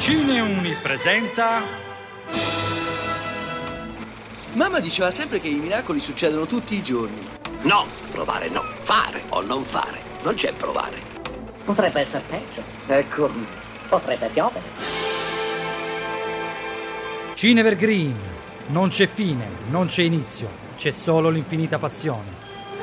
Cineuni presenta... Mamma diceva sempre che i miracoli succedono tutti i giorni. No, provare no, fare o non fare, non c'è provare. Potrebbe essere peggio. Ecco, potrebbe piovere. Cinevergreen. Non c'è fine, non c'è inizio, c'è solo l'infinita passione.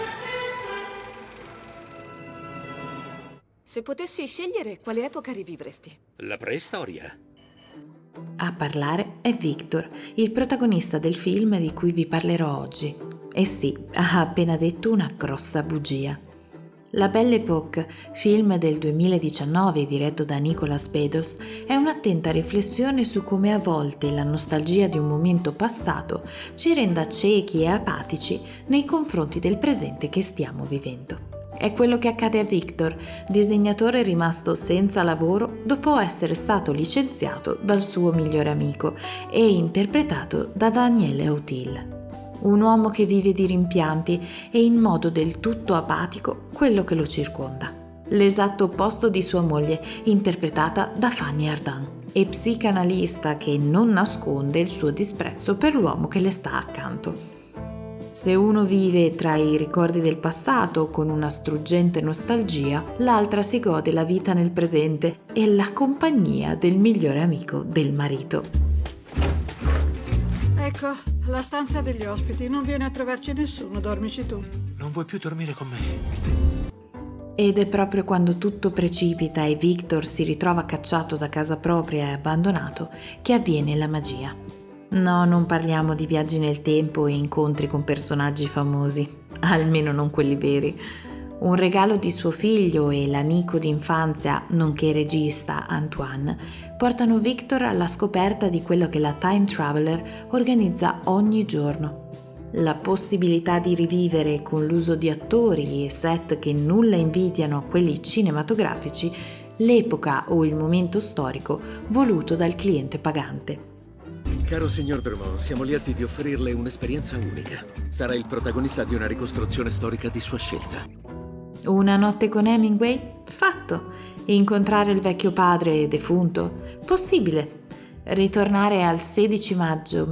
Se potessi scegliere, quale epoca rivivresti? La preistoria. A parlare è Victor, il protagonista del film di cui vi parlerò oggi. E sì, ha appena detto una grossa bugia. La Belle Époque, film del 2019 diretto da Nicolas Bedos, è un'attenta riflessione su come a volte la nostalgia di un momento passato ci renda ciechi e apatici nei confronti del presente che stiamo vivendo. È quello che accade a Victor, disegnatore rimasto senza lavoro dopo essere stato licenziato dal suo migliore amico e interpretato da Daniele Auteuil. Un uomo che vive di rimpianti e in modo del tutto apatico quello che lo circonda. L'esatto opposto di sua moglie, interpretata da Fanny Ardant, e psicanalista che non nasconde il suo disprezzo per l'uomo che le sta accanto. Se uno vive tra i ricordi del passato con una struggente nostalgia, l'altra si gode la vita nel presente e la compagnia del migliore amico del marito. Ecco, la stanza degli ospiti, non viene a trovarci nessuno, dormici tu. Non vuoi più dormire con me? Ed è proprio quando tutto precipita e Victor si ritrova cacciato da casa propria e abbandonato che avviene la magia. No, non parliamo di viaggi nel tempo e incontri con personaggi famosi, almeno non quelli veri. Un regalo di suo figlio e l'amico d'infanzia, nonché regista Antoine, portano Victor alla scoperta di quello che la Time Traveler organizza ogni giorno. La possibilità di rivivere con l'uso di attori e set che nulla invidiano a quelli cinematografici l'epoca o il momento storico voluto dal cliente pagante. Caro signor Drummond, siamo lieti di offrirle un'esperienza unica. Sarà il protagonista di una ricostruzione storica di sua scelta. Una notte con Hemingway? Fatto. Incontrare il vecchio padre defunto? Possibile. Ritornare al 16 maggio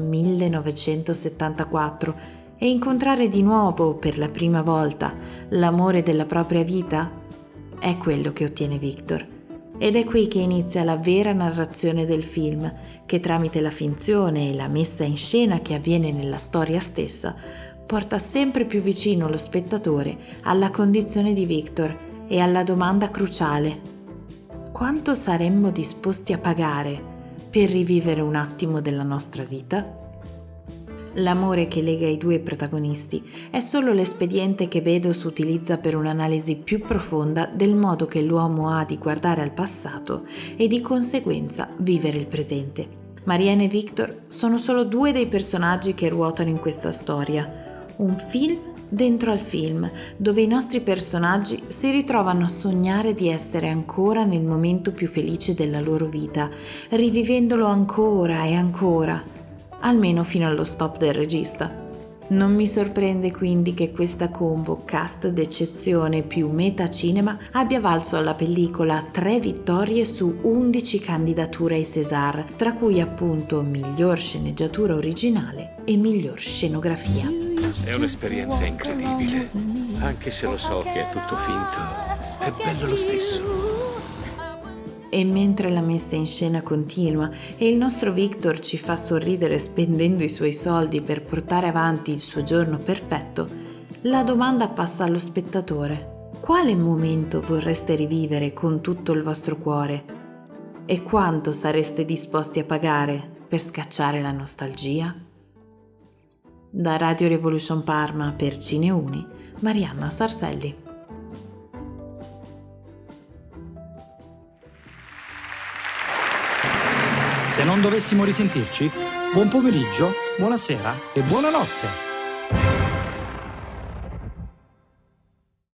1974 e incontrare di nuovo, per la prima volta, l'amore della propria vita? È quello che ottiene Victor. Ed è qui che inizia la vera narrazione del film, che tramite la finzione e la messa in scena che avviene nella storia stessa, porta sempre più vicino lo spettatore alla condizione di Victor e alla domanda cruciale: quanto saremmo disposti a pagare per rivivere un attimo della nostra vita? L'amore che lega i due protagonisti è solo l'espediente che Bedos utilizza per un'analisi più profonda del modo che l'uomo ha di guardare al passato e di conseguenza vivere il presente. Marianne e Victor sono solo due dei personaggi che ruotano in questa storia. Un film dentro al film, dove i nostri personaggi si ritrovano a sognare di essere ancora nel momento più felice della loro vita, rivivendolo ancora e ancora, almeno fino allo stop del regista. Non mi sorprende quindi che questa combo cast d'eccezione più metacinema abbia valso alla pellicola 3 vittorie su 11 candidature ai César, tra cui appunto miglior sceneggiatura originale e miglior scenografia. È un'esperienza incredibile, anche se lo so che è tutto finto, è bello lo stesso. E mentre la messa in scena continua e il nostro Victor ci fa sorridere spendendo i suoi soldi per portare avanti il suo giorno perfetto, la domanda passa allo spettatore: quale momento vorreste rivivere con tutto il vostro cuore? E quanto sareste disposti a pagare per scacciare la nostalgia? Da Radio Revolution Parma per Cineuni, Marianna Sarselli. Se non dovessimo risentirci, buon pomeriggio, buonasera e buonanotte.